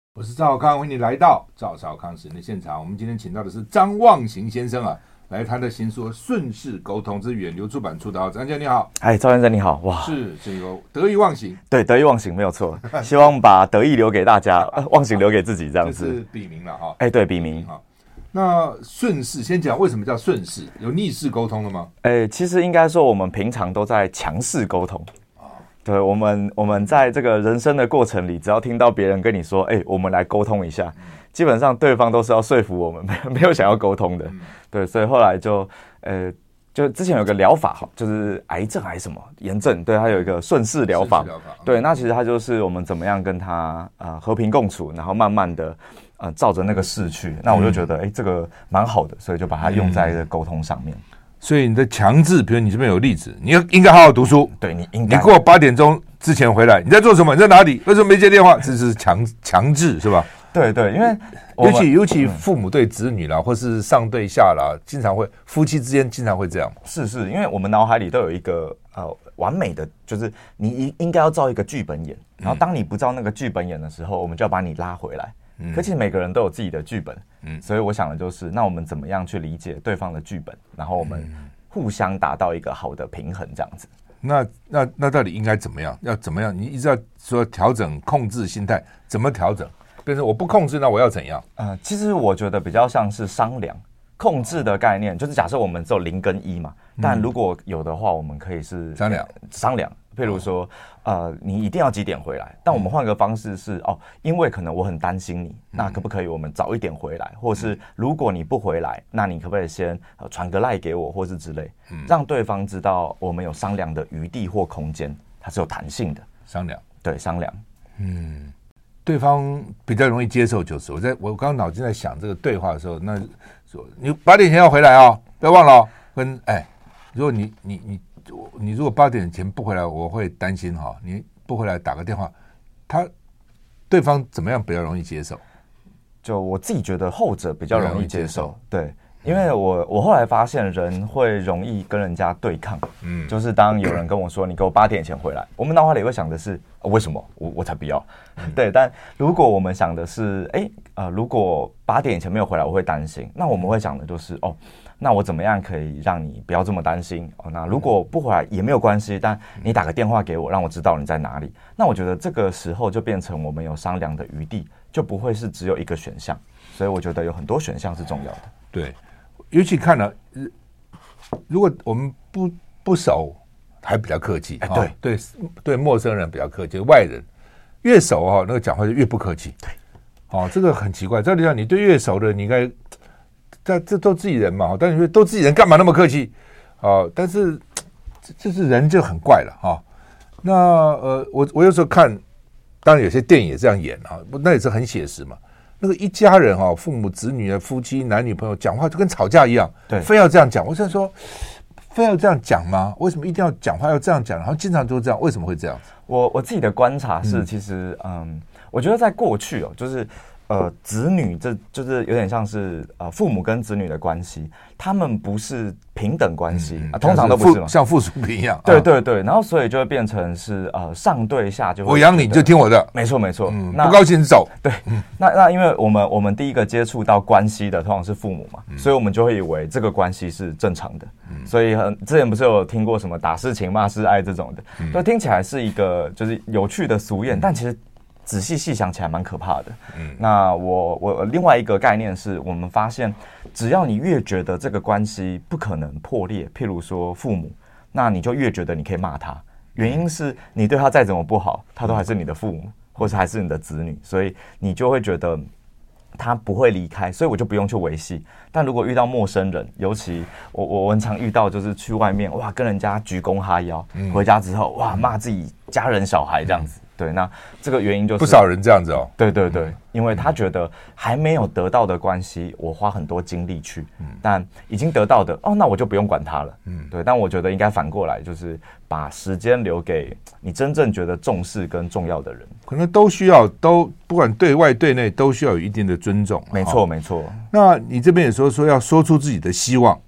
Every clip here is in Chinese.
我是赵少康，欢迎你来到赵少康时的现场。我们今天请到的是张忘形先生啊，来他的新书《顺势沟通之远流出版出的。张先生你好。 哎，赵先生你好。哇， 是这个得意忘形。 对，得意忘形没有错。希望把得意留给大家，忘形留给自己，这样子。 这是笔名了哈。 哎，对，笔名。 那顺势，先讲为什么叫顺势？有逆势沟通的吗？ 哎，其实应该说我们平常都在强势沟通。对，我们在这个人生的过程里，只要听到别人跟你说，我们来沟通一下，基本上对方都是要说服我们，没有想要沟通的。对，所以后来就之前有个疗法，就是癌症还是什么炎症，对，它有一个顺势疗法。对，那其实它就是我们怎么样跟它和平共处，然后慢慢的照着那个势去。那我就觉得这个蛮好的，所以就把它用在这个沟通上面。 所以你的强制，比如你这边有例子，你应该好好读书。 对，你应该。 你给我8点钟之前回来，你在做什么？你在哪里？为什么没接电话？这是强制是吧？ 对对，因为尤其父母对子女啦，或是上对下啦，经常会夫妻之间经常会这样。 是，因为我们脑海里都有一个完美的，就是你应该要照一个剧本演，然后当你不照那个剧本演的时候，我们就要把你拉回来。可其实每个人都有自己的剧本，所以我想的就是，那我们怎么样去理解对方的剧本，然后我们互相达到一个好的平衡，这样子。 那到底应该怎么样？要怎么样？你一直要说调整控制心态，怎么调整？变成我不控制，那我要怎样？ 其实我觉得比较像是商量。控制的概念就是假设我们只有0跟1嘛，但如果有的话，我们可以是商量。譬如说，你一定要几点回来？但我们换个方式是，因为可能我很担心你，那可不可以我们早一点回来？或是如果你不回来，那你可不可以先传个赖给我，或是之类，让对方知道我们有商量的余地或空间，它是有弹性的。 商量， 对，商量。 对方比较容易接受，就是我刚刚脑筋在想这个对话的时候，那说你8点前要回来哦，不要忘了哦。如果你如果8点前不回来，我会担心哈。你不回来打个电话，对方怎么样比较容易接受？ 就我自己觉得后者比较容易接受，对。因为我后来发现人会容易跟人家对抗，就是当有人跟我说你给我8点前回来，我们脑海里会想的是为什么我才不要，对。但如果我们想的是如果8点前没有回来我会担心，那我们会想的就是那我怎么样可以让你不要这么担心那如果不回来也没有关系，但你打个电话给我让我知道你在哪里，那我觉得这个时候就变成我们有商量的余地，就不会是只有一个选项，所以我觉得有很多选项是重要的。 对，尤其看了，如果我们不熟，还比较客气，对，陌生人比较客气，外人越熟那个讲话就越不客气。对，这个很奇怪。照理讲，你对越熟的，你应该这都自己人嘛，但你说都自己人，干嘛那么客气？但是这是人就很怪了那我有时候看，当然有些电影也这样演那也是很写实嘛。那个一家人父母子女夫妻男女朋友讲话就跟吵架一样，对，非要这样讲。我在说，非要这样讲吗？为什么一定要讲话要这样讲？然后经常都这样，为什么会这样？ 我自己的观察是，其实我觉得在过去就是子女这就是有点像是父母跟子女的关系，他们不是平等关系通常都不是嘛， 像附属品一样。 对，然后所以就会变成是上对下就会， 我养你就听我的， 没错， 不高兴走。 对，那因为我们第一个接触到关系的通常是父母嘛，所以我们就会以为这个关系是正常的，所以之前不是有听过什么打是情骂是爱这种的，就听起来是一个就是有趣的俗谚，但其实仔细细想起来蛮可怕的。那我另外一个概念是，我们发现只要你越觉得这个关系不可能破裂，譬如说父母，那你就越觉得你可以骂他，原因是你对他再怎么不好，他都还是你的父母，或是还是你的子女，所以你就会觉得他不会离开，所以我就不用去维系。但如果遇到陌生人，尤其我很常遇到，就是去外面跟人家鞠躬哈腰，回家之后骂自己家人小孩这样子。对，那这个原因就是不少人这样子对，因为他觉得还没有得到的关系，我花很多精力去，但已经得到的那我就不用管他了。对，但我觉得应该反过来，就是把时间留给你真正觉得重视跟重要的人， 可能都需要，不管对外对内都需要有一定的尊重。 没错。 那你这边也说要说出自己的希望，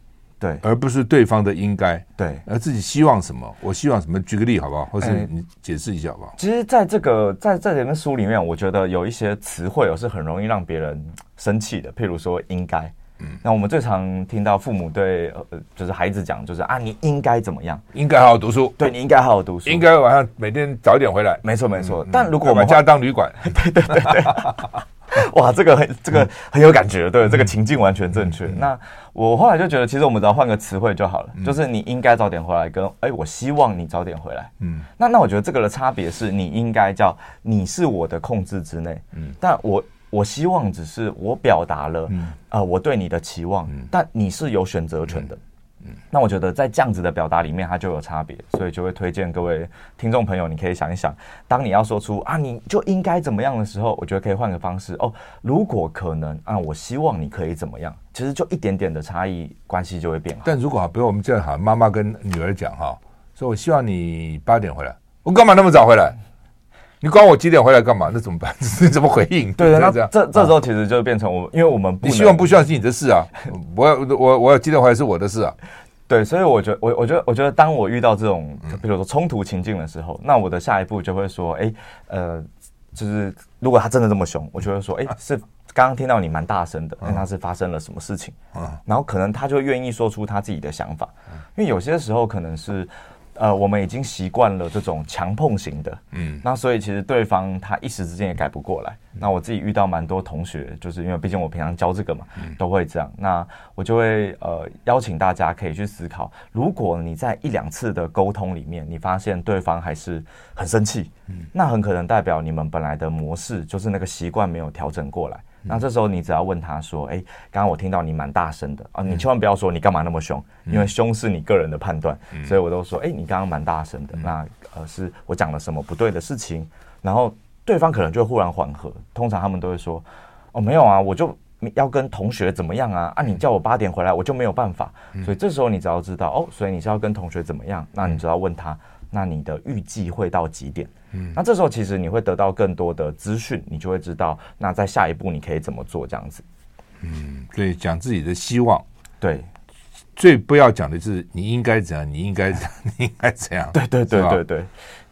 对， 而不是对方的应该， 对， 而自己希望什么，我希望什么，举个例好不好？或是你解释一下好不好？ 其实在这本书里面，我觉得有一些词汇是很容易让别人生气的，譬如说应该。那我们最常听到父母对就是孩子讲，就是你应该怎么样？ 应该好好读书。 对，你应该好好读书， 应该晚上每天早一点回来。 没错没错。但如果我们把家当旅馆， 对，哇，这个很有感觉，对，这个情境完全正确。那我后来就觉得，其实我们只要换个词汇就好了，就是你应该早点回来，跟我希望你早点回来。那我觉得这个的差别是，你应该叫你是我的控制之内，但我希望只是我表达了我对你的期望，但你是有选择权的。那我觉得在这样子的表达里面，它就有差别，所以就会推荐各位听众朋友，你可以想一想，当你要说出你就应该怎么样的时候，我觉得可以换个方式如果可能我希望你可以怎么样，其实就一点点的差异，关系就会变好。 但如果比如我们这样好，妈妈跟女儿讲说我希望你8点回来，我干嘛那么早回来？你管我几点回来干嘛？那怎么办？你怎么回应？ 对，那这时候其实就变成因为我们你希望不希望是你的事啊？我要几点回来是我的事啊？ 对，所以我觉得，当我遇到这种比如说冲突情境的时候，那我的下一步就会说，就是如果他真的这么凶，我就会说，是刚刚听到你蛮大声的，那他是发生了什么事情？然后可能他就愿意说出他自己的想法，因为有些时候可能是。我们已经习惯了这种强碰型的，那所以其实对方他一时之间也改不过来。那我自己遇到蛮多同学，就是因为毕竟我平常教这个嘛，都会这样。那我就会邀请大家可以去思考，如果你在1-2次的沟通里面，你发现对方还是很生气，那很可能代表你们本来的模式就是那个习惯没有调整过来。那这时候你只要问他说，刚刚我听到你蛮大声的你千万不要说你干嘛那么凶，因为凶是你个人的判断，所以我都说你刚刚蛮大声的，那是我讲了什么不对的事情，然后对方可能就忽然缓和，通常他们都会说没有啊，我就要跟同学怎么样你叫我8点回来我就没有办法，所以这时候你只要知道所以你是要跟同学怎么样，那你只要问他，那你的预计会到几点？那这时候其实你会得到更多的资讯，你就会知道，那在下一步你可以怎么做这样子。 所以讲自己的希望， 对， 最不要讲的是你应该怎样，你应该怎样，你应该怎样。 对。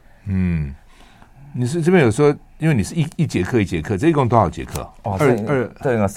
你是这边有说，因为你是一节课一节课，这一共多少节课这个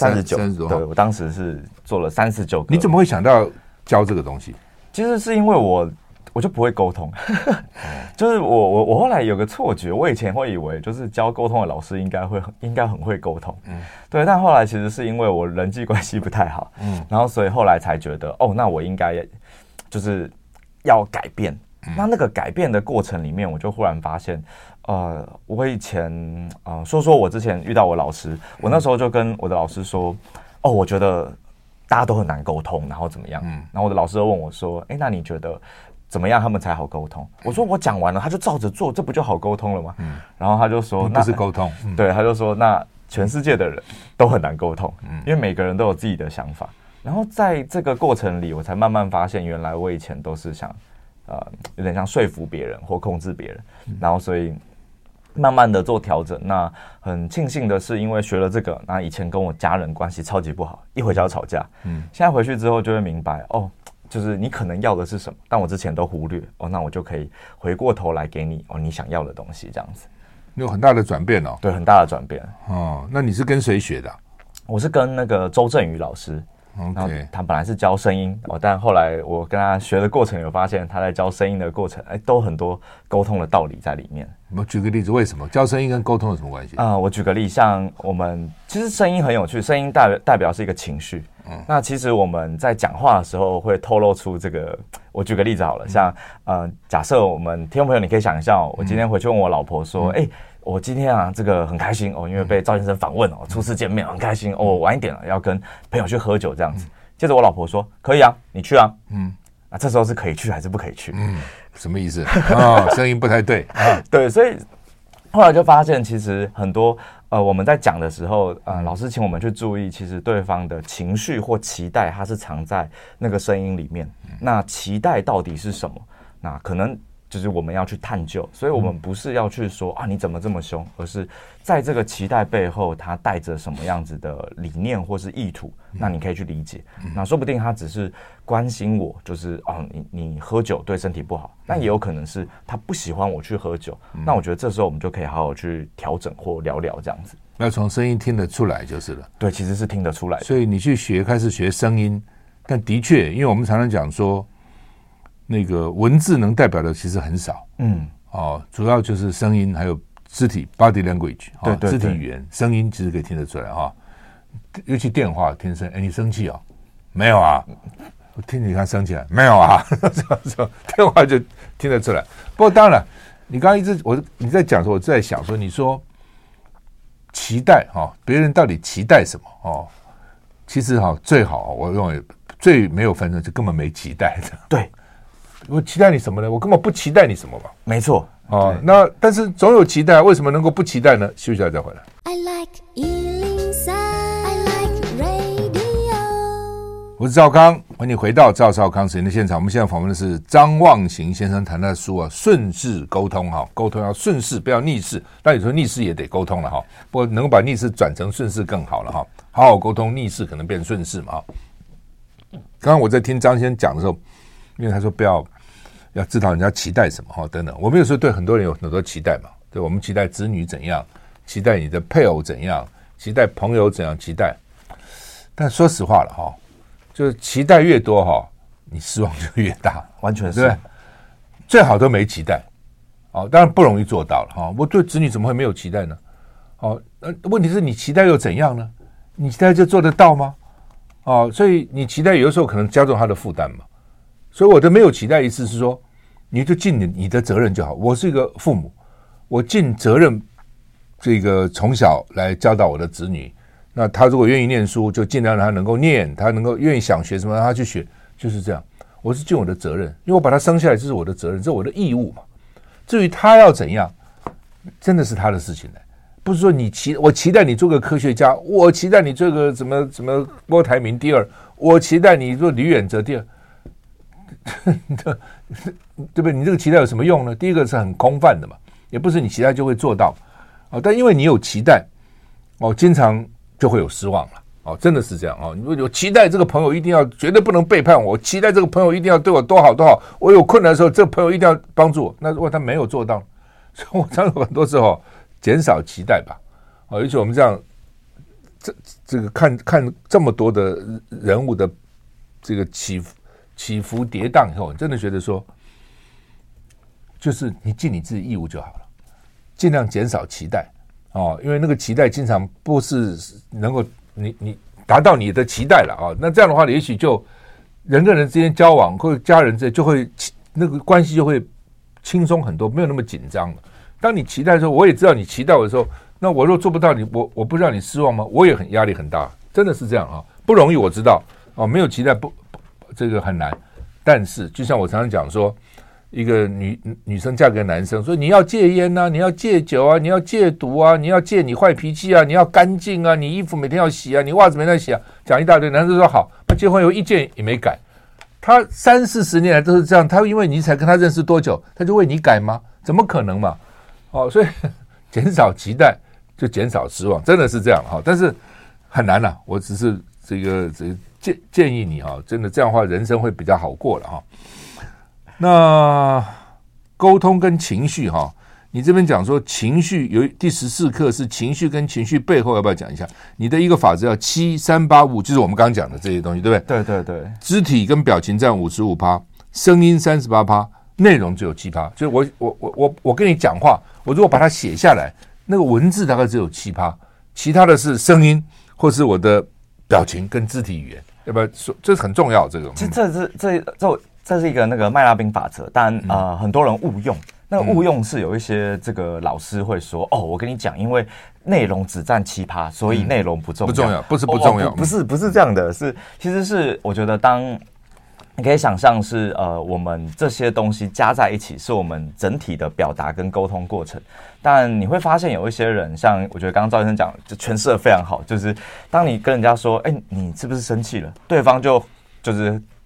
39，对，我当时是做了39个。 你怎么会想到教这个东西？ 其实是因为我就不会沟通，就是我后来有个错觉，我以前会以为就是教沟通的老师应该很会沟通，对，但后来其实是因为我人际关系不太好，然后所以后来才觉得那我应该就是要改变，那个改变的过程里面，我就忽然发现，我以前说我之前遇到我老师，我那时候就跟我的老师说，我觉得大家都很难沟通，然后怎么样？然后我的老师又问我说，那你觉得？怎么样他们才好沟通？我说我讲完了，他就照着做，这不就好沟通了吗？然后他就说那不是沟通， 对，他就说那全世界的人都很难沟通，因为每个人都有自己的想法。然后在这个过程里，我才慢慢发现，原来我以前都是想有点像说服别人或控制别人，然后所以慢慢的做调整。那很庆幸的是，因为学了这个，那以前跟我家人关系超级不好，一回家就吵架。现在回去之后就会明白就是你可能要的是什么，但我之前都忽略那我就可以回过头来给你你想要的东西，这样子有很大的转变对，很大的转变那你是跟谁学的？ 我是跟那个周振宇老师。 OK， 他本来是教声音但后来我跟他学的过程有发现，他在教声音的过程都很多沟通的道理在里面。 我举个例子，为什么教声音跟沟通有什么关系？ 我举个例，像我们其实声音很有趣，声音代表是一个情绪。那其实我们在讲话的时候会透露出这个。我举个例子好了，像假设我们听众朋友，你可以想一下我今天回去问我老婆说，我今天这个很开心因为被赵先生访问初次见面很开心晚一点了要跟朋友去喝酒这样子。接着我老婆说可以啊，你去啊。那这时候是可以去还是不可以去？ 什么意思？声音不太对对，所以后来就发现，其实很多我们在讲的时候，老师请我们去注意，其实对方的情绪或期待，它是藏在那个声音里面。那期待到底是什么？那可能就是我们要去探究，所以我们不是要去说啊你怎么这么凶，而是在这个期待背后，他带着什么样子的理念或是意图，那你可以去理解。那说不定他只是关心我，就是你喝酒对身体不好，但也有可能是他不喜欢我去喝酒。那我觉得这时候我们就可以好好去调整或聊聊这样子。 要从声音听得出来就是了。 对，其实是听得出来的。 所以你去开始学声音，但的确，因为我们常常讲说，那个文字能代表的其实很少，主要就是声音，还有肢体 （body language）， 对对对， 肢体语言，声音其实可以听得出来哈。尤其电话听声，你生气没有啊？我听你看生气了，没有啊？电话就听得出来。不过当然，你刚刚你在讲说，我在想说，你说期待别人到底期待什么其实最好我认为最没有分寸就根本没期待的。 对。 我期待你什么呢？我根本不期待你什么嘛。 没错那但是总有期待，为什么能够不期待呢？休息一下再回来。 I like 103, I like radio。 我是赵康，欢迎你回到赵少康时间的现场。我们现在访问的是张忘形先生谈他的书顺势沟通沟通要顺势，不要逆势。但有时候逆势也得沟通了不过能够把逆势转成顺势更好了好好沟通，逆势可能变顺势嘛刚刚我在听张先生讲的时候，因为他说不要知道人家期待什么等等。我们有时候对很多人有很多期待嘛，对，我们期待子女怎样，期待你的配偶怎样，期待朋友怎样期待。但说实话了就是期待越多你失望就越大， 完全是对，最好都没期待当然不容易做到了我对子女怎么会没有期待呢问题是你期待又怎样呢？你期待就做得到吗所以你期待有的时候可能加重他的负担嘛。所以我的没有期待意思是说，你就尽你的责任就好。我是一个父母，我尽责任，这个从小来教导我的子女。那他如果愿意念书，就尽量让他能够念，他能够愿意想学什么，让他去学，就是这样。我是尽我的责任，因为我把他生下来，这是我的责任，这是我的义务嘛。至于他要怎样，真的是他的事情不是说我期待你做个科学家，我期待你做个什么郭台铭第二，我期待你做李远哲第二。对不对？你这个期待有什么用呢？第一个是很空泛的嘛，也不是你期待就会做到但因为你有期待经常就会有失望了真的是这样你有期待这个朋友一定要绝对不能背叛我，期待这个朋友一定要对我多好多好，我有困难的时候这个朋友一定要帮助我。那如果他没有做到，所以我常常很多时候减少期待吧尤其我们这样这个看这么多的人物的这个起伏跌宕以后，你真的觉得说，就是你尽你自己义务就好了，尽量减少期待因为那个期待经常不是能够你达到你的期待了那这样的话，也许就人跟人之间交往或者家人之间就会那个关系就会轻松很多，没有那么紧张了。当你期待的时候，我也知道你期待我的时候，那我若做不到我不让你失望吗？我也很压力很大，真的是这样不容易，我知道没有期待这个很难。但是就像我常常讲说，一个女生嫁给男生，说你要戒烟你要戒酒你要戒毒你要戒你坏脾气你要干净你衣服每天要洗你袜子每天要洗讲一大堆。男生说好，那结婚以后一件也没改，他30-40年来都是这样，他因为你才跟他认识多久，他就为你改吗？怎么可能嘛所以减少期待就减少失望，真的是这样但是很难我只是这个建议你真的这样的话人生会比较好过了那沟通跟情绪你这边讲说情绪有第14课是情绪跟情绪背后，要不要讲一下？你的一个法则叫7-3-8-5，就是我们刚刚讲的这些东西，对不对？ 对对对， 肢体跟表情占 55%， 声音 38%， 内容只有 7%。 就是我跟你讲话，我如果把它写下来，那个文字大概只有 7%， 其他的是声音或是我的表情跟肢体语言，要不要说？这是很重要。这个其实这是一个那个麦拉宾法则，但很多人误用。那个误用是有一些这个老师会说我跟你讲，因为内容只占7%，所以内容不重要。不重要， 不是不重要， 不是这样的，其实是我觉得你可以想象是我们这些东西加在一起，是我们整体的表达跟沟通过程。但你会发现有一些人，像我觉得刚刚赵医生讲就诠释得非常好，就是当你跟人家说你是不是生气了，对方就是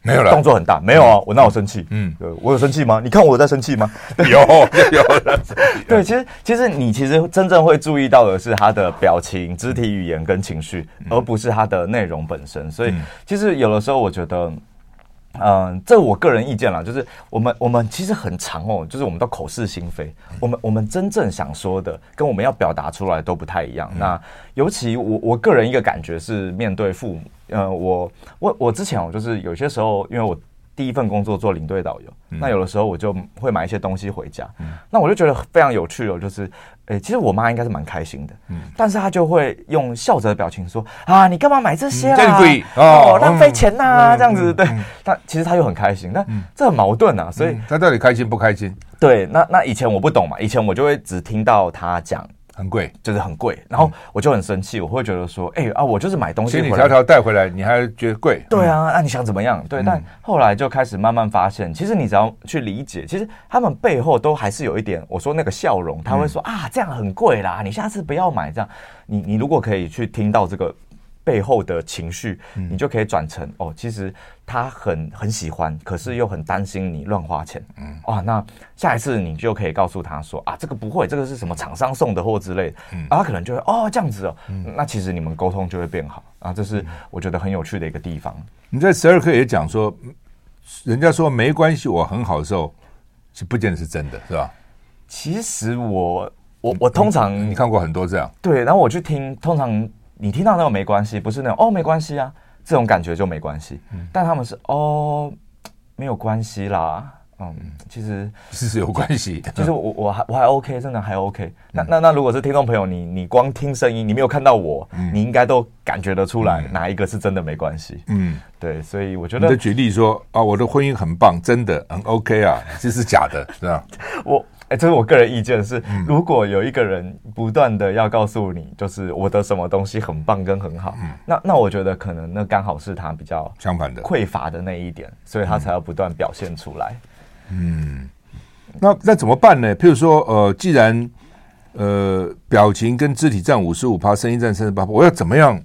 没有了， 动作很大，没有啊，我哪有生气？我有生气吗？你看我在生气吗？ 有了。 对，其实你真正会注意到的是他的表情、肢体语言跟情绪，而不是他的内容本身。所以其实有的时候我觉得。这我个人意见啦，就是我们其实很常就是我们都口是心非，我们真正想说的跟我们要表达出来都不太一样。那尤其我个人一个感觉是面对父母，我之前就是有些时候，因为我第一份工作做领队导游，那有的时候我就会买一些东西回家，那我就觉得非常有趣就是其实我妈应该是蛮开心的，但是她就会用笑着的表情说啊，你干嘛买这些啦？浪费钱呐，这样子。对，但其实她又很开心，但这很矛盾啊，所以她到底开心不开心？ 对，那以前我不懂嘛，以前我就会只听到她讲。 很贵， 就是很贵，然后我就很生气，我会觉得说，我就是买东西， 千里迢迢带回来，你还觉得贵？ 对啊，那你想怎么样？对，但后来就开始慢慢发现，其实你只要去理解，其实他们背后都还是有一点，我说那个笑容，他会说这样很贵啦，你下次不要买这样。你如果可以去听到这个背后的情绪，你就可以转成其实他很喜欢，可是又很担心你乱花钱。那下一次你就可以告诉他说这个不会，这个是什么厂商送的货之类的。他可能就会这样子那其实你们沟通就会变好啊，这是我觉得很有趣的一个地方。 你在12课也讲说，人家说没关系，我很好的时候，是不见得是真的，是吧？ 其实我通常你看过很多这样， 对，然后我去听，通常。你听到那种没关系，不是那种没关系啊，这种感觉就没关系。但他们是没有关系啦，其实是有关系。 其实我还 OK， 真的还 OK。那如果是听众朋友，你光听声音，你没有看到我，你应该都感觉得出来哪一个是真的没关系。对，所以我觉得你的举例说我的婚姻很棒，真的很 OK 啊，这是假的，是吧？ 这是我个人意见是，如果有一个人不断的要告诉你，就是我的什么东西很棒跟很好，那我觉得可能那刚好是他比较相反的匮乏的那一点，所以他才要不断表现出来。 那怎么办呢？譬如说既然表情跟肢体占55%，声音占38%，我要怎么样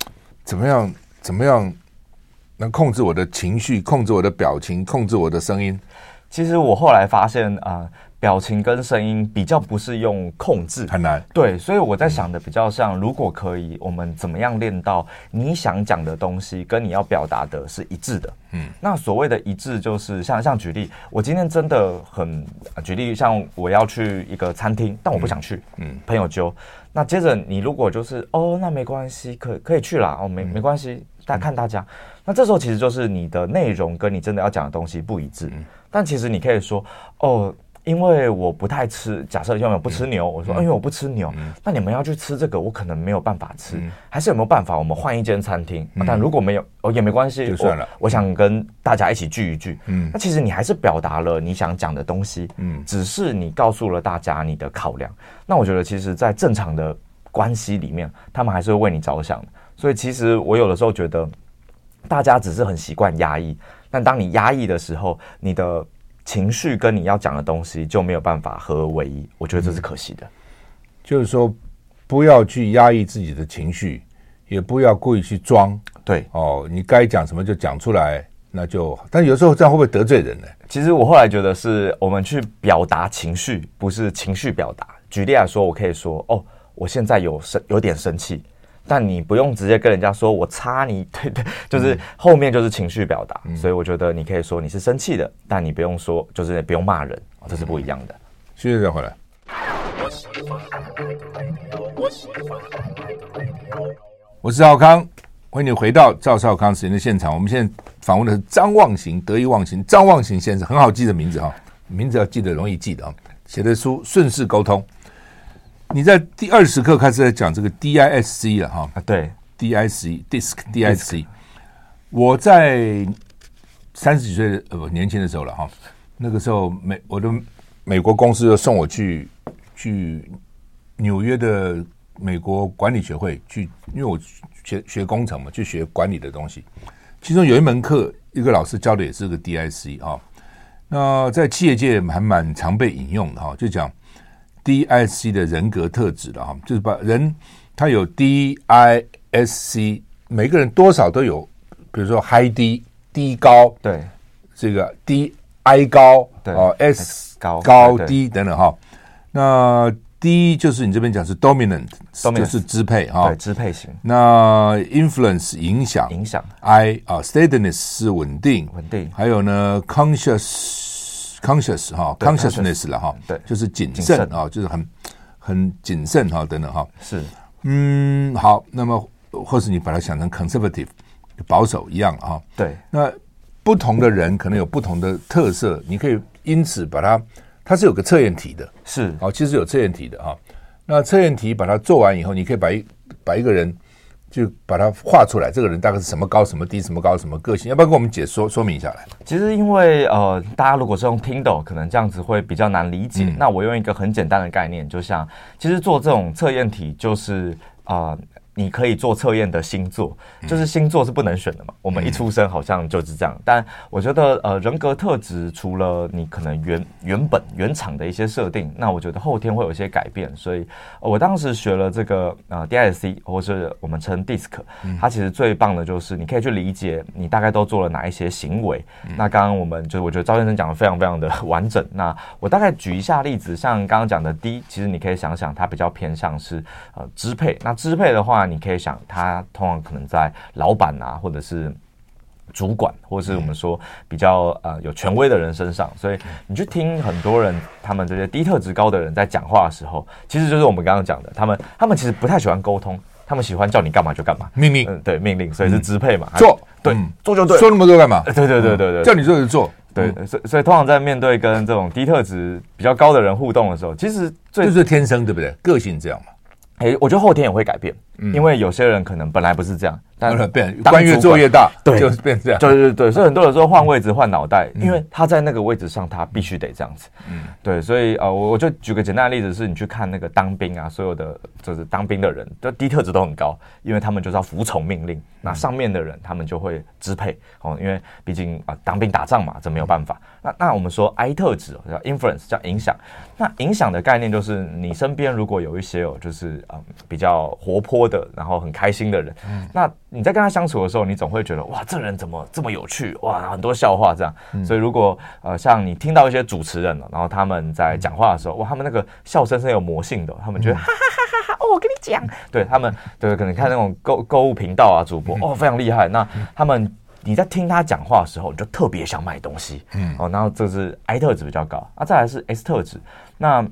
能控制我的情绪，控制我的表情，控制我的声音？ 其实我后来发现表情跟声音比较不是用控制， 很难。 对，所以我在想的比较像，如果可以，我们怎么样练到你想讲的东西跟你要表达的是一致的？那所谓的一致就是像举例，我今天真的很举例，像我要去一个餐厅，但我不想去，朋友揪。那接着你如果就是那没关系，可以去啦，没关系，看大家。那这时候其实就是你的内容跟你真的要讲的东西不一致，但其实你可以说因为我不太吃，假设因为我不吃牛，我说因为我不吃牛，那你们要去吃这个，我可能没有办法吃，还是有没有办法我们换一间餐厅？但如果没有也没关系， 就算了。 我想跟大家一起聚一聚，那其实你还是表达了你想讲的东西，只是你告诉了大家你的考量。那我觉得其实在正常的关系里面，他们还是会为你着想的。所以其实我有的时候觉得，大家只是很习惯压抑，但当你压抑的时候，你的情绪跟你要讲的东西就没有办法合而为一，我觉得这是可惜的。 就是说，不要去压抑自己的情绪，也不要故意去装。 对你该讲什么就讲出来，那就。但有时候这样会不会得罪人呢？ 其实我后来觉得是我们去表达情绪，不是情绪表达。举例来说，我可以说我现在有点生气。但你不用直接跟人家说我擦你，对，就是后面就是情绪表达，所以我觉得你可以说你是生气的，但你不用说，就是不用骂人，这是不一样的。 谢谢再回来。我是赵康，欢迎你回到赵少康时间的现场。我们现在访问的是张忘形，得意忘形，张忘形先生，很好记的名字名字要记得容易记的写的书《顺势沟通》。你在第20课开始在讲这个 DISC 了对 DISC。我在30几岁年轻的时候了那个时候我的美国公司就送我去纽约的美国管理学会去，因为我学工程嘛，去学管理的东西。其中有一门课，一个老师教的也是个 DISC 那在企业界还蛮常被引用的就讲。DISC 的人格特质了就是把人他有 DISC， 每个人多少都有，比如说 High D D 高， 对， 这个 D I 高， 对 S 高对 D 等等哈。那 D 就是你这边讲是 dominant 就是支配哈， 对，支配型。 那 influence 影响 I steadiness 是稳定，还有呢 conscious 哈 consciousness 了哈， 对， 就是谨慎啊，就是很谨慎哈等等哈。 是， 好，那么或是你把它想成 conservative 保守一样哈。 对， 那不同的人可能有不同的特色，你可以因此把它是有个测验题的， 是其实有测验题的哈。那测验题把它做完以后，你可以把一个人就把它画出来，这个人大概是什么高什么低，什么高什么个性，要不要跟我们说明一下来？ 其实因为大家如果是用 Kindle， 可能这样子会比较难理解。那我用一个很简单的概念，就像其实做这种测验题就是你可以做测验的星座，就是星座是不能选的嘛。我们一出生好像就是这样，但我觉得人格特质除了你可能原厂的一些设定，那我觉得后天会有一些改变。所以我当时学了这个DISC 或是我们称 DISC， 它其实最棒的就是你可以去理解你大概都做了哪一些行为。那刚刚我觉得赵先生讲的非常非常的完整。那我大概举一下例子，像刚刚讲的 D， 其实你可以想想它比较偏向是支配。那支配的话，你可以想，他通常可能在老板啊，或者是主管，或者是我们说比较有权威的人身上。所以你去听很多人，他们这些低特质高的人在讲话的时候，其实就是我们刚刚讲的，他们其实不太喜欢沟通，他们喜欢叫你干嘛就干嘛， 命令， 对，命令，所以是支配嘛， 做， 对，做就对， 说那么多干嘛？ 对， 叫你做就做。 对，所以通常在面对跟这种低特质比较高的人互动的时候，其实就是天生对不对？个性这样嘛。 我觉得后天也会改变，因为有些人可能本来不是这样，但官越做越大， 对， 就是变这样。 对，所以很多人说换位置换脑袋，因为他在那个位置上，他必须得这样子。对，所以我就举个简单的例子，是你去看那个当兵啊，所有的就是当兵的人，就低特质都很高，因为他们就是要服从命令。那上面的人他们就会支配因为毕竟当兵打仗嘛，这没有办法。那我们说 I 特质叫 influence， 叫影响。那影响的概念就是你身边如果有一些就是比较活泼的，然后很开心的人，那你在跟他相处的时候，你总会觉得哇，这人怎么这么有趣，哇，很多笑话这样。所以如果像你听到一些主持人然后他们在讲话的时候，哇，他们那个笑声是有魔性的，他们觉得哈哈哈哈哦，我跟你讲，对他们对可能看那种购物频道啊主播非常厉害，那他们。你在听他讲话的时候，你就特别想买东西，然后这是 I 特质比较高，再来是 S 特质。那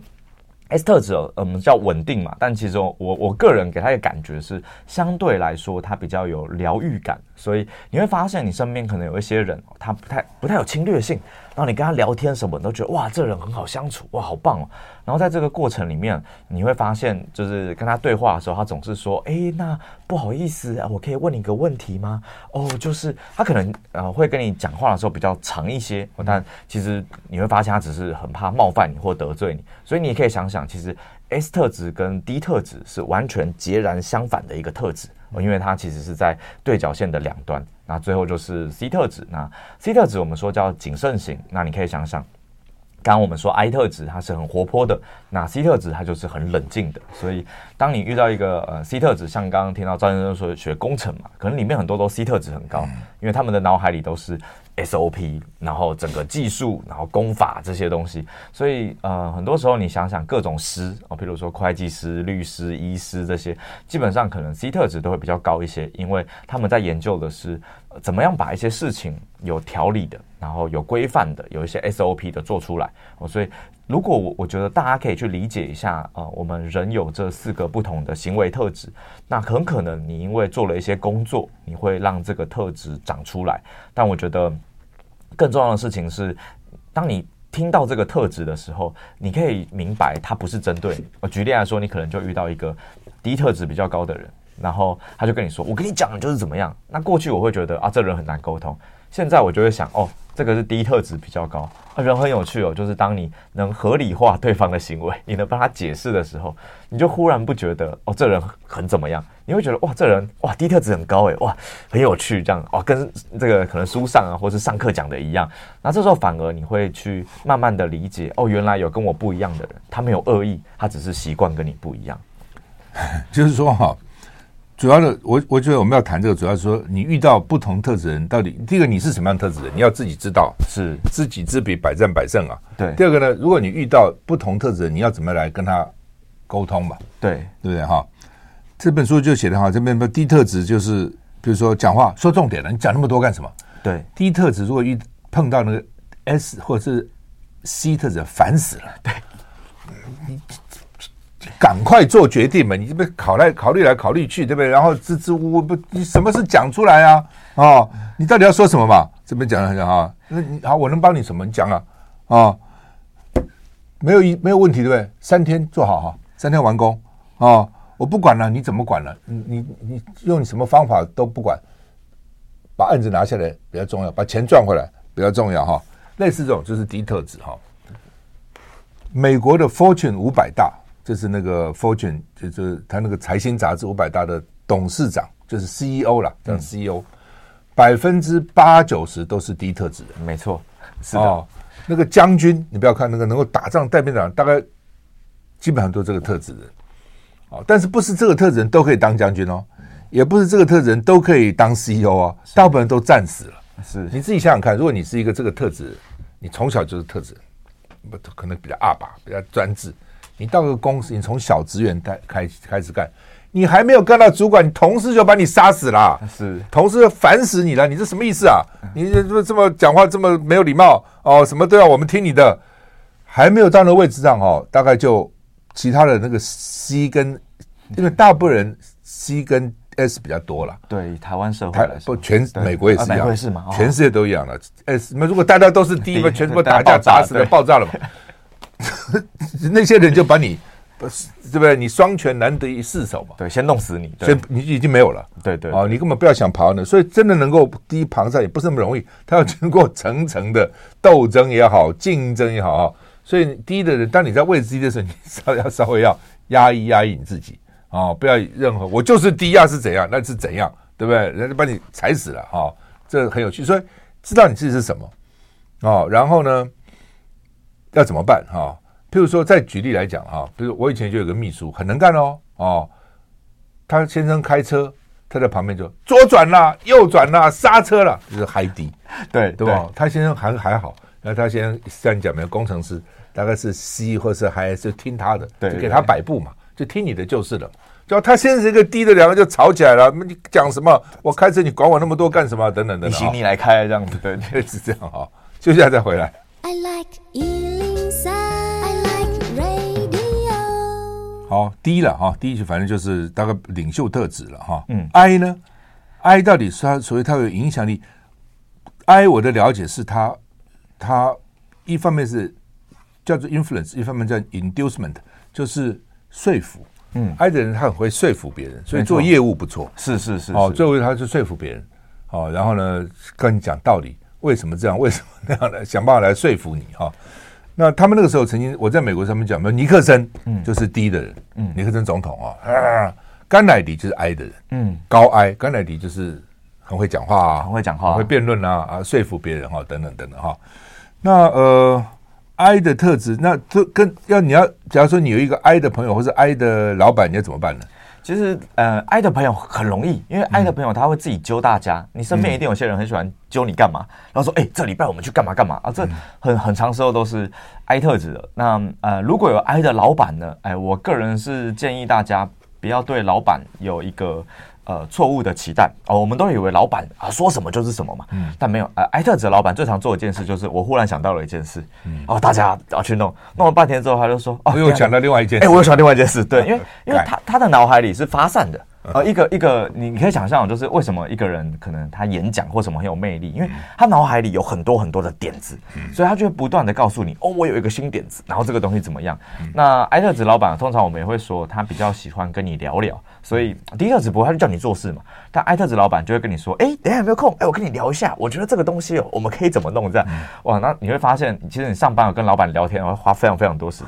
S 特质叫稳定嘛，但其实我个人给他一个感觉是，相对来说他比较有疗愈感，所以你会发现你身边可能有一些人，他不太有侵略性，然后你跟他聊天什么，你都觉得哇，这人很好相处，哇，好棒哦。然后在这个过程里面，你会发现，就是跟他对话的时候，他总是说，那不好意思我可以问你个问题吗？就是他可能会跟你讲话的时候比较长一些，但其实你会发现他只是很怕冒犯你或得罪你，所以你也可以想想，其实 S 特质跟 D 特质是完全截然相反的一个特质，因为它其实是在对角线的两端。那最后就是 C 特质，那 C 特质我们说叫谨慎型，那你可以想想。刚刚我们说 I 特质它是很活泼的，那 C 特质它就是很冷静的。所以当你遇到一个先特质，像刚刚听到赵先生说学工程嘛，可能里面很多都 C 特质很高，因为他们的脑海里都是 SOP， 然后整个技术，然后功法这些东西。所以很多时候你想想各种师比如说会计师、律师、医师这些，基本上可能 C 特质都会比较高一些，因为他们在研究的是怎么样把一些事情有条理的，然后有规范的，有一些 SOP 的做出来。所以如果我觉得大家可以去理解一下我们人有这4个不同的行为特质，那很可能你因为做了一些工作，你会让这个特质长出来。但我觉得更重要的事情是，当你听到这个特质的时候，你可以明白它不是针对你。我举例来说，你可能就遇到一个低特质比较高的人，然后他就跟你说，我跟你讲就是怎么样。那过去我会觉得这人很难沟通，现在我就会想这个是低特质比较高人很有趣就是当你能合理化对方的行为，你能帮他解释的时候，你就忽然不觉得这人很怎么样，你会觉得哇，这人哇低特质很高哇，很有趣这样跟这个可能书上或是上课讲的一样。那这时候反而你会去慢慢的理解原来有跟我不一样的人，他没有恶意，他只是习惯跟你不一样。 就是说主要的，我觉得我们要谈这个，主要是说你遇到不同特质的人，到底第一个你是什么样的特质人，你要自己知道， 是知己知彼，百战百胜啊。 对。 第二个呢，如果你遇到不同特质的人，你要怎么来跟他沟通嘛？ 对不对哈？这本书就写的哈，这边低特质就是，比如说讲话说重点了，你讲那么多干什么？ 对。 低特质如果碰到那个 S 或者是 C 特质，烦死了。对。你赶快做决定嘛！你这边考虑来考虑去，对不对？然后支支吾吾，不，你什么事讲出来啊？哦，你到底要说什么嘛？这边讲哈，那你好，我能帮你什么？你讲啊，啊，没有问题，对不对？3天做好哈，3天完工啊！我不管了，你怎么管了？你用你什么方法都不管，把案子拿下来比较重要，把钱赚回来比较重要哈。类似这种就是低特质哈。美国的 Fortune 500大。就是那个 Fortune， 就是他那个财新杂志500大的董事长，就是 CEO 啦，叫 CEO，80%-90% 都是低特质的， 没错，是的。 那个将军，你不要看那个能够打仗带兵长，大概基本上都这个特质的。但是不是这个特质人都可以当将军哦，也不是这个特质人都可以当 CEO 哦，大部分人都战死了。 是， 你自己想想看，如果你是一个这个特质，你从小就是特质，可能比较阿爸，比较专制。你到个公司，你从小职员开始干，你还没有干到主管，你同事就把你杀死了， 是同事就烦死你了，你这什么意思啊？你这么讲话这么没有礼貌哦，什么都要我们听你的，还没有到那个位置上哦，大概就其他的那个 C 跟，因为大部分人 C 跟 S 比较多了， 对台湾社会来说， 全美国也是一样， 是吗？ 全世界都一样了。S 如果大家都是 D， 全部打架打死了，爆炸了嘛。那些人就把你，对不对？你双拳难得一失手嘛， 对，先弄死你， 所以你已经没有了， 对对， 你根本不要想跑呢。所以真的能够第一旁上也不是那么容易，他要经过层层的斗争也好，竞争也好，所以低的人，当你在位置低的时候，你稍微要压抑你自己不要任何我就是低是怎样，那是怎样，对不对？人家把你踩死了这很有趣，所以知道你自己是什么然后呢？要怎么办譬如说再举例来讲比如我以前就有个秘书很能干他先生开车，他在旁边就左转啦右转啦刹车啦，就是嗨低，对吧？他先生还好，那他先生像讲没有工程师大概是 C 或是还是听他的，就给他摆布嘛，就听你的就是了。就他先生一个低的，两个就吵起来了。你讲什么？我开车你管我那么多干什么？等等等等， 你行你来开这样子，对， 是这样休息一下再回来。 I like 103, I like radio。 好，低了低就反正就是大概领袖特质了I 呢 ？I 到底是它，所以它有影响力。I 我的了解是它一方面是叫做 influence， 一方面叫 inducement， 就是说服。I 的人他很会说服别人，所以做业务不错。 是最后他就说服别人然后呢跟你讲道理。为什么这样？为什么那样的？想办法来说服你那他们那个时候曾经，我在美国上面讲，尼克森就是低的人，尼克森总统甘乃迪就是 I 的人，高 I， 甘乃迪就是很会讲话很会讲话， 很会辩论说服别人等等等等那I 的特质，那你要，假如说你有一个 I 的朋友或是 I 的老板，你要怎么办呢？ 其实I 的朋友很容易，因为 I 的朋友他会自己揪大家，你身边一定有些人很喜欢揪你干嘛，然后说这礼拜我们去干嘛干嘛这很长时候都是 I 特质的。那如果有 I 的老板呢，我个人是建议大家不要对老板有一个错误的期待我们都以为老板说什么就是什么嘛，但没有I 特质的老板最常做一件事就是我忽然想到了一件事，大家要去弄了半天之后，他就说我又想到另外一件事， 我又想到另外一件事，对，因为他的脑海里是发散的。一个你可以想象，就是为什么一个人可能他演讲或什么很有魅力，因为他脑海里有很多很多的点子，所以他就会不断的告诉你我有一个新点子，然后这个东西怎么样。那I特质老板通常我们也会说他比较喜欢跟你聊聊，所以低特质不会他就叫你做事嘛，但I特质老板就会跟你说等一下有没有空我跟你聊一下，我觉得这个东西我们可以怎么弄这样。哇，那你会发现其实你上班有跟老板聊天会花非常非常多时间，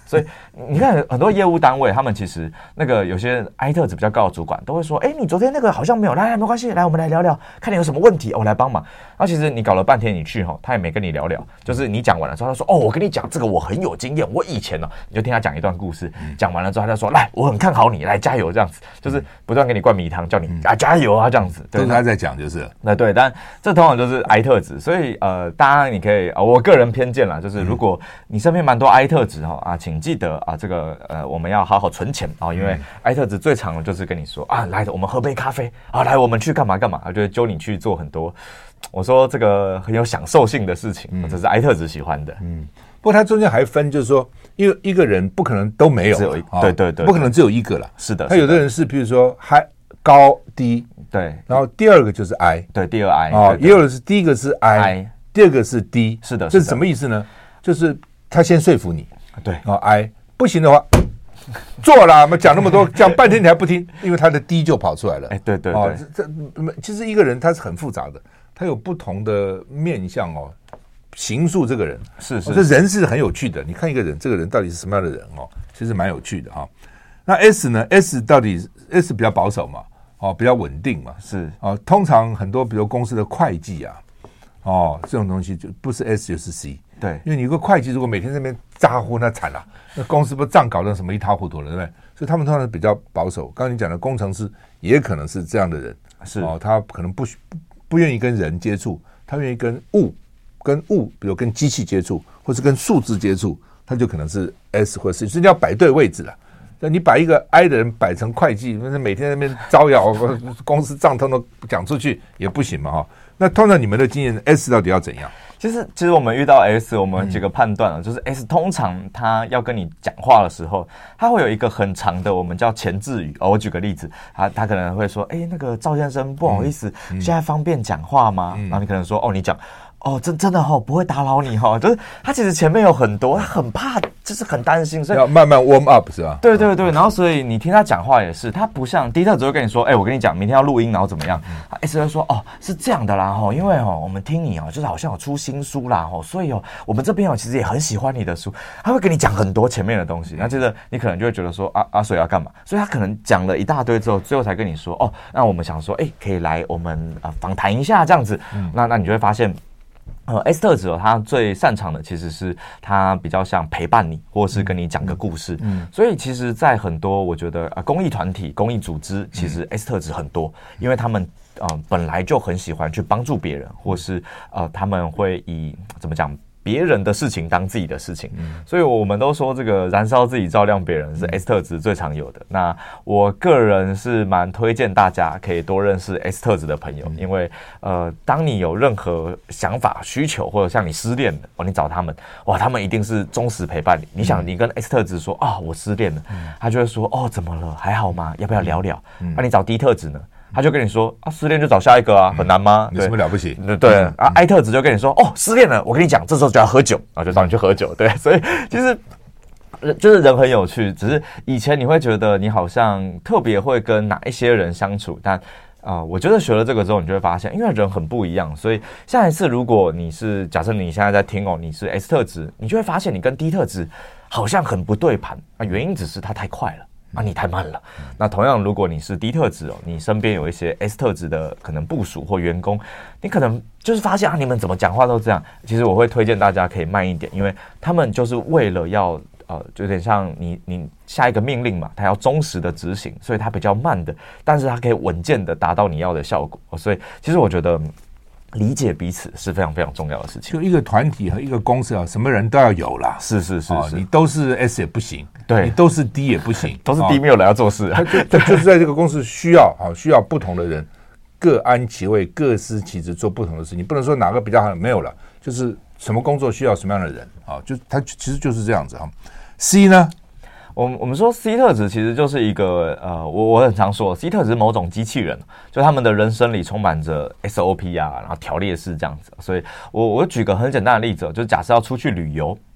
所以你看很多业务单位，他们其实那个有些 I 特质比较高的主管都会说，哎，你昨天那个好像没有，来没关系，来我们来聊聊，看你有什么问题，我来帮忙。然后其实你搞了半天，你去他也没跟你聊聊，就是你讲完了之后，他说，哦，我跟你讲这个我很有经验，我以前你就听他讲一段故事，讲完了之后他就说，来，我很看好你，来加油这样子，就是不断给你灌迷汤，叫你加油啊这样子， 都是他在讲就是。 那对，但这通常就是 I 特质，所以当然你可以我个人偏见啦，就是如果你身边蛮多 I 特质请记得这个我们要好好存钱因为 I 特质最常的就是跟你说来我们喝杯咖啡来我们去干嘛干嘛，就会揪你去做很多我说这个很有享受性的事情，这是 I 特质喜欢的。 不过它中间还分，就是说一个人不可能都没有， 只有对对对， 不可能只有一个了。 是的， 他有的人是比如说高低， 对， 然后第二个就是 I， 对，第二 I 也有的是第一个是 I， 第二个是 D， 是的， 这是什么意思呢？就是他先说服你， 对 I 不行的话，做啦，讲那么多，讲半天你还不听，因为他的 D 就跑出来了。 对对对， 其实一个人他是很复杂的，他有不同的面向形塑这个人是这人是很有趣的。你看一个人，这个人到底是什么样的人其实蛮有趣的那 S 呢 ？S 到底 S 比较保守嘛？比较稳定嘛？ 是通常很多比如公司的会计这种东西就不是 S 就是 C。 对， 因为你一个会计如果每天在那边咋呼那惨了，那公司不账搞得什么一塌糊涂了，对不对？所以他们通常是比较保守。刚刚你讲的工程师也可能是这样的人， 是他可能不愿意跟人接触，他愿意跟物，比如跟机器接触，或是跟数字接触，他就可能是 S 或 C， 所以你要摆对位置了。那你把一个 I 的人摆成会计，每天在那边招摇，公司账通都讲出去也不行嘛那通常你们的经验 S 到底要怎样？ 其实我们遇到 S， 我们几个判断就是 S 通常他要跟你讲话的时候，他会有一个很长的我们叫前置语我举个例子，他可能会说，那个赵先生不好意思，现在方便讲话吗？然后你可能说，你讲。真的不会打扰你就是他其实前面有很多，他很怕，就是很担心，所以要慢慢 warm up 是吧？ 对对对，然后所以你听他讲话也是，他不像D特只会跟你说，我跟你讲，明天要录音，然后怎么样？S 会说，是这样的啦因为我们听你就是好像有出新书啦所以我们这边其实也很喜欢你的书，他会跟你讲很多前面的东西，那接着你可能就会觉得说所以要干嘛？所以他可能讲了一大堆之后，最后才跟你说，那我们想说，可以来我们访谈一下这样子，那你就会发现。S 特质他最擅长的其实是他比较像陪伴你，或是跟你讲个故事。所以其实，在很多我觉得公益团体、公益组织，其实 S 特质很多，因为他们本来就很喜欢去帮助别人，或是他们会以怎么讲？别人的事情当自己的事情，所以我们都说这个燃烧自己照亮别人是 S 特质最常有的。那我个人是蛮推荐大家可以多认识 S 特质的朋友，因为当你有任何想法需求，或者像你失恋了你找他们，他们一定是忠实陪伴你。你想你跟 S 特质说我失恋了，他就会说怎么了，还好吗？要不要聊聊？你找 D 特质呢？他就跟你说失恋就找下一个很难吗？ 有什么了不起？ 对I 特质就跟你说失恋了，我跟你讲，这时候就要喝酒，然后就找你去喝酒。对，所以其实就是人很有趣，只是以前你会觉得你好像特别会跟哪一些人相处，但我觉得学了这个之后，你就会发现，因为人很不一样，所以下一次如果你是假设你现在在听你是 S 特质，你就会发现你跟 D 特质好像很不对盘原因只是它太快了。你太慢了。那同样，如果你是 D 特质你身边有一些 S 特质的可能部属或员工，你可能就是发现你们怎么讲话都这样。其实我会推荐大家可以慢一点，因为他们就是为了要就有点像你下一个命令嘛，他要忠实的执行，所以他比较慢的，但是他可以稳健的达到你要的效果。所以其实我觉得。理解彼此是非常非常重要的事情。 就一个团体和一个公司什么人都要有啦。 是， 你都是 S 也不行， 对， 你都是 D 也不行， 都是 D 没有人要做事。 就是在这个公司需要不同的人，各安其位，各司其职，做不同的事情。你不能说哪个比较好，没有了，就是什么工作需要什么样的人就他其实就是这样子C 呢？ 我们说 C 特质其实就是一个我很常说 C 特质是某种机器人，就他们的人生里充满着 SOP 然后条列式这样子。所以我举个很简单的例子，就是假设要出去旅游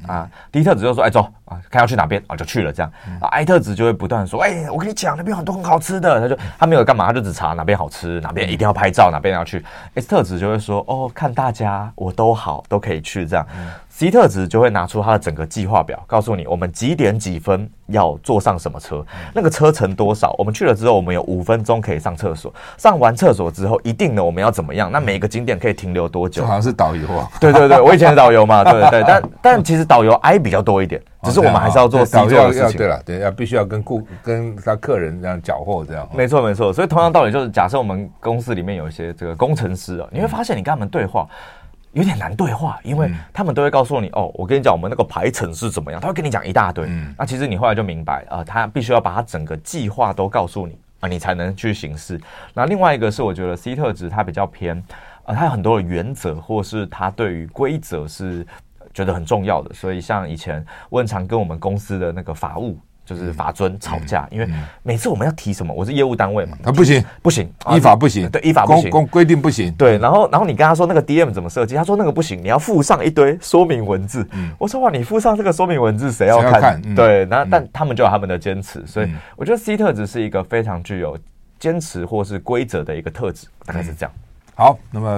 啊，D 特质就说，走啊，看要去哪边啊，就去了这样。I 特质就会不断说，我跟你讲，那边有很多很好吃的，他没有干嘛，他就只查哪边好吃，哪边一定要拍照，哪边要去。S 特质就会说，看大家我都好，都可以去这样。C 特质就会拿出他的整个计划表，告诉你我们几点几分要坐上什么车，那个车程多少，我们去了之后我们有5分钟可以上厕所，上完厕所之后一定呢我们要怎么样，那每个景点可以停留多久， 就好像是导游啊。 对，我以前是导游嘛，对，但其实导游 I 比较多一点，只是我们还是要做 C 做的事情。 对了，对，必须要跟他客人这样缴获这样。 没错，所以同样道理就是，假设我们公司里面有一些这个工程师啊，你会发现你跟他们对话有点难对话，因为他们都会告诉你我跟你讲我们那个排程是怎么样，他会跟你讲一大堆。那其实你后来就明白他必须要把他整个计划都告诉你你才能去行事。那另外一个是我觉得 C 特质他比较偏他有很多的原则，或是他对于规则是觉得很重要的，所以像以前我很常跟我们公司的那个法务就是法尊吵架，因为每次我们要提什么，我是业务单位嘛， 不行， 依法不行， 对，依法不行， 规定不行， 对，然后你跟他说那个 DM 怎么设计，他说那个不行，你要附上一堆说明文字。我说哇，你附上这个说明文字谁要看？对，但他们就有他们的坚持，所以我觉得 C 特质是一个非常具有坚持或是规则的一个特质，大概是这样。 好，那么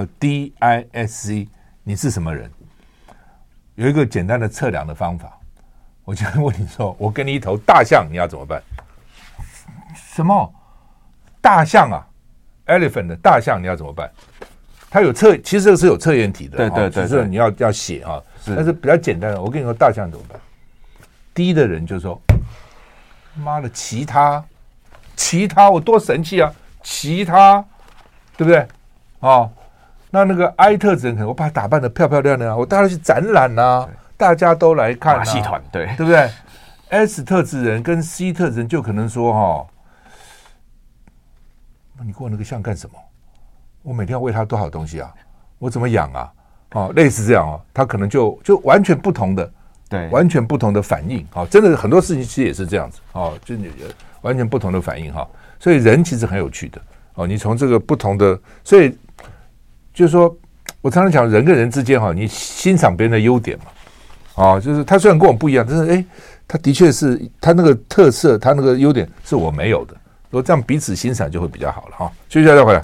DISC 你是什么人？有一个简单的测量的方法。我就问你说，我给你一头大象，你要怎么办？什么大象啊 ？elephant 的大象你要怎么办？它有其实这个是有测验题的， 对， 就是你要写啊，但是比较简单的。我跟你说，大象怎么办？第一的人就说：“妈的，其他，我多神气啊！其他，对不对？那个 I 特质人可能我把它打扮得漂漂亮亮啊，我带他去展览啊。”大家都来看马戏团，对不对 ？S 特质人跟 C 特质人就可能说你给我那个象干什么？我每天要喂它多少东西啊？我怎么养啊？类似这样他可能就完全不同的， 对， 完全不同的反应真的很多事情其实也是这样子就完全不同的反应所以人其实很有趣的你从这个不同的，所以就是说我常常讲人跟人之间你欣赏别人的优点嘛。就是他虽然跟我不一样，但是他的确是他那个特色，他那个优点是我没有的。如果这样彼此欣赏就会比较好了休息一下再回来。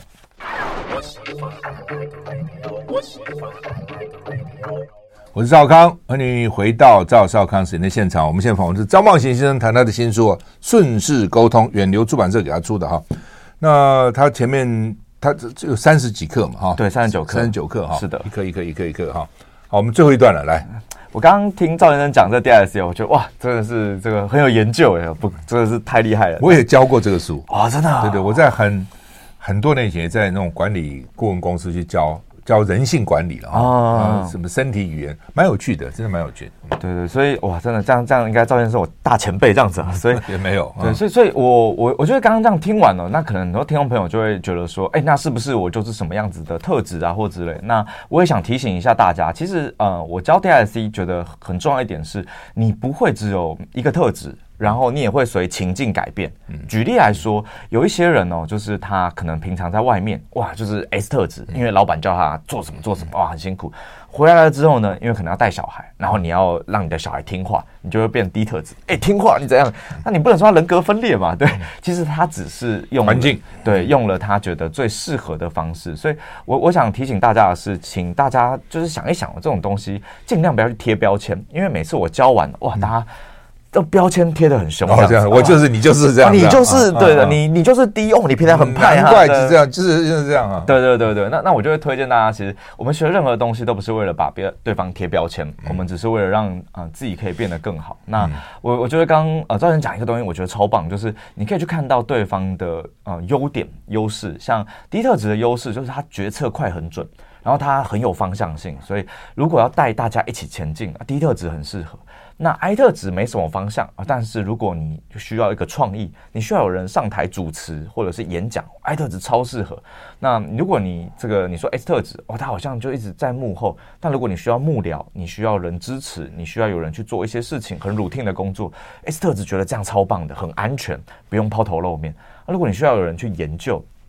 我是赵康，欢迎回到赵少康时间的现场。我们现在访问是张茂行先生，谈他的新书《顺势沟通》，远流出版社给他出的那他前面他只有30几课嘛对，39 课是的， 一课好，我们最后一段了，来。 我刚刚听赵先生讲这 DISC， 我觉得哇，真的是这个很有研究真的是太厉害了。 我也教过这个书真的对，我在很多年前在那种管理顾问公司去教人性管理了什么身体语言，蛮有趣的，真的蛮有趣的。 对，所以哇，真的这样应该赵先生是我大前辈这样子所以也没有对，所以我觉得刚刚这样听完了，那可能很多听众朋友就会觉得说，那是不是我就是什么样子的特质啊，或之类？那我也想提醒一下大家，其实我教 DISC 觉得很重要一点是，你不会只有一个特质。然后你也会随情境改变。举例来说，有一些人就是他可能平常在外面就是 S 特质，因为老板叫他做什么很辛苦。回来了之后呢，因为可能要带小孩，然后你要让你的小孩听话，你就会变 D 特质。听话你怎样？那你不能说他人格分裂嘛？对，其实他只是用环境， 对，用了他觉得最适合的方式。所以我想提醒大家的是，请大家就是想一想这种东西，尽量不要去贴标签，因为每次我教完大家。这标签贴得很凶， 这样，我就是你就是这样， 你就是对的，你就是低你平常很派， 难怪是这样，就是这样啊。 对，那我就会推荐大家，其实我们学任何东西都不是为了把对方贴标签，我们只是为了让自己可以变得更好。那我觉得刚赵先生讲一个东西，我觉得超棒，就是你可以去看到对方的优点优势，像D特质的优势就是他决策快很准，然后他很有方向性，所以如果要带大家一起前进，D特质很适合。那 I 特质没什么方向但是如果你需要一个创意，你需要有人上台主持或者是演讲，I 特质超适合。那如果你说 S 特质他好像就一直在幕后，但如果你需要幕僚，你需要人支持，你需要有人去做一些事情，很 routine 的工作 ，S 特质觉得这样超棒的，很安全，不用抛头露面。如果你需要有人去研究，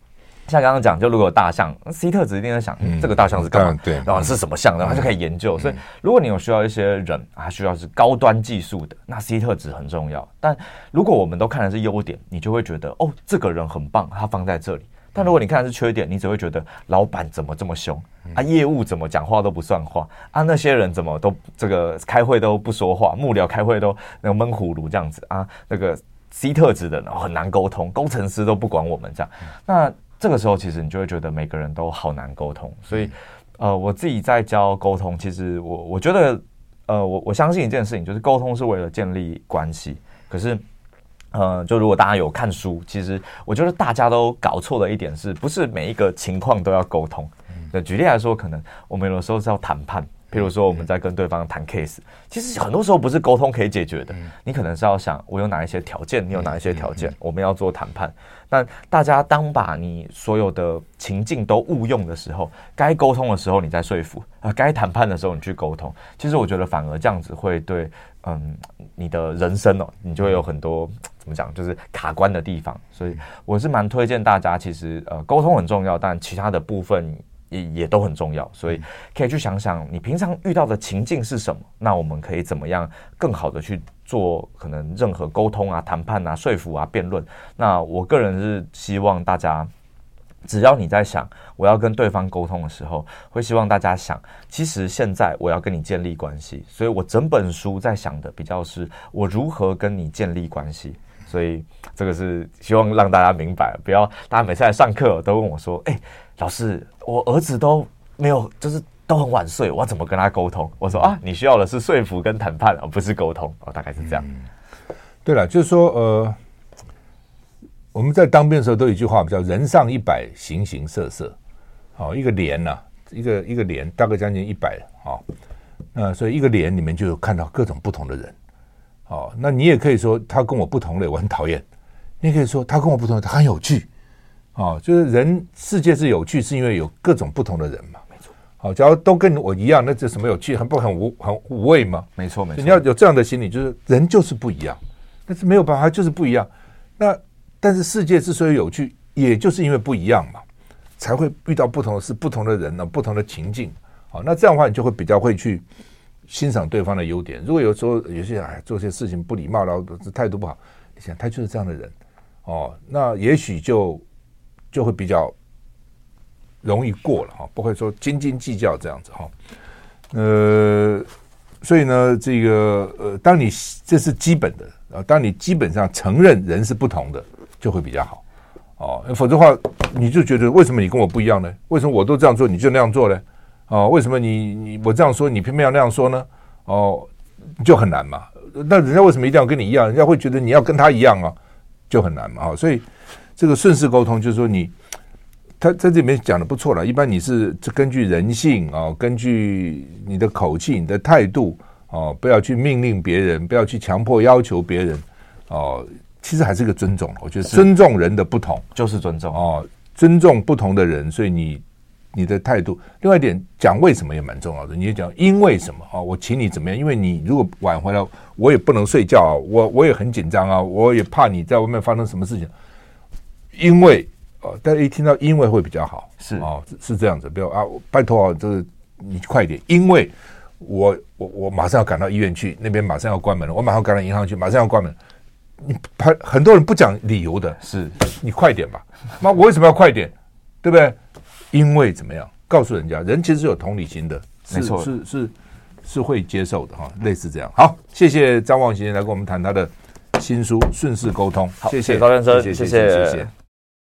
像刚刚讲，就如果有大象 ，C 特质一定在想，这个大象是干嘛？ 对， 然后是什么象，然后他就可以研究。所以，如果你有需要一些人，他需要是高端技术的，那 C 特质很重要。但如果我们都看的是优点，你就会觉得哦，这个人很棒，他放在这里。但如果你看的是缺点，你只会觉得老板怎么这么凶啊，业务怎么讲话都不算话啊，那些人怎么都这个开会都不说话，幕僚开会都那个闷葫芦这样子啊，那个 C 特质的人很难沟通，工程师都不管我们这样。那这个时候其实你就会觉得每个人都好难沟通。所以我自己在教沟通，其实我觉得我相信一件事情，就是沟通是为了建立关系。可是就如果大家有看书，其实我觉得大家都搞错的一点是，不是每一个情况都要沟通。举例来说，可能我们有的时候是要谈判，譬如说我们在跟对方谈 case， 其实很多时候不是沟通可以解决的。你可能是要想我有哪一些条件，你有哪一些条件，我们要做谈判。但大家当把你所有的情境都误用的时候，该沟通的时候你在说服该谈判的时候你去沟通，其实我觉得反而这样子会对你的人生你就会有很多怎么讲，就是卡关的地方。所以我是蛮推荐大家，其实沟通很重要，但其他的部分也都很重要。所以可以去想想你平常遇到的情境是什么，那我们可以怎么样更好的去做可能任何沟通啊、谈判啊、说服啊、辩论。那我个人是希望大家，只要你在想我要跟对方沟通的时候，会希望大家想，其实现在我要跟你建立关系，所以我整本书在想的比较是我如何跟你建立关系。所以这个是希望让大家明白，不要大家每次来上课都问我说，老师，我儿子都没有，就是都很晚睡，我要怎么跟他沟通？我说你需要的是说服跟谈判，而不是沟通。大概是这样。 对了，就是说我们在当兵的时候都有一句话叫人上100，形形色色。一个连一个连大概将近100所以一个连里面就有看到各种不同的人。那你也可以说他跟我不同类，我很讨厌；你也可以说他跟我不同类，他很有趣。就是世界是有趣，是因为有各种不同的人嘛。没错。假如都跟我一样，那这什么有趣？很无味吗？ 没错。 你要有这样的心理，就是人就是不一样，但是没有办法，就是不一样。但是世界之所以有趣，也就是因为不一样嘛，才会遇到不同的事、不同的人不同的情境。那这样的话，你就会比较会去欣赏对方的优点。如果有时候有些做些事情不礼貌，然后态度不好，你想他就是这样的人那也许就会比较容易过了不会说斤斤计较这样子所以呢，这个当你这是基本的当你基本上承认人是不同的，就会比较好否则的话，你就觉得为什么你跟我不一样呢？为什么我都这样做，你就那样做呢？为什么我这样说，你偏偏要那样说呢？就很难嘛。那人家为什么一定要跟你一样？人家会觉得你要跟他一样就很难嘛。所以这个顺势沟通就是说他在这里面讲的不错了。一般你是根据人性根据你的口气、你的态度不要去命令别人，不要去强迫要求别人其实还是一个尊重。我觉得尊重人的不同就是尊重尊重不同的人，所以你的态度。另外一点，讲为什么也蛮重要的。你就讲因为什么我请你怎么样？因为你如果晚回来，我也不能睡觉我也很紧张我也怕你在外面发生什么事情。因为大家一听到因为会比较好，是这样子。比如拜托这个你快一点，因为我马上要赶到医院去，那边马上要关门了，我马上赶到银行去，马上要关门。你很多人不讲理由的， 是你快点吧。我为什么要快点？对不对？因为怎么样？告诉人家，人其实是有同理心的， 没错， 是会接受的类似这样。好，谢谢张望行来跟我们谈他的新书《顺势沟通》。 谢谢高先生，谢谢。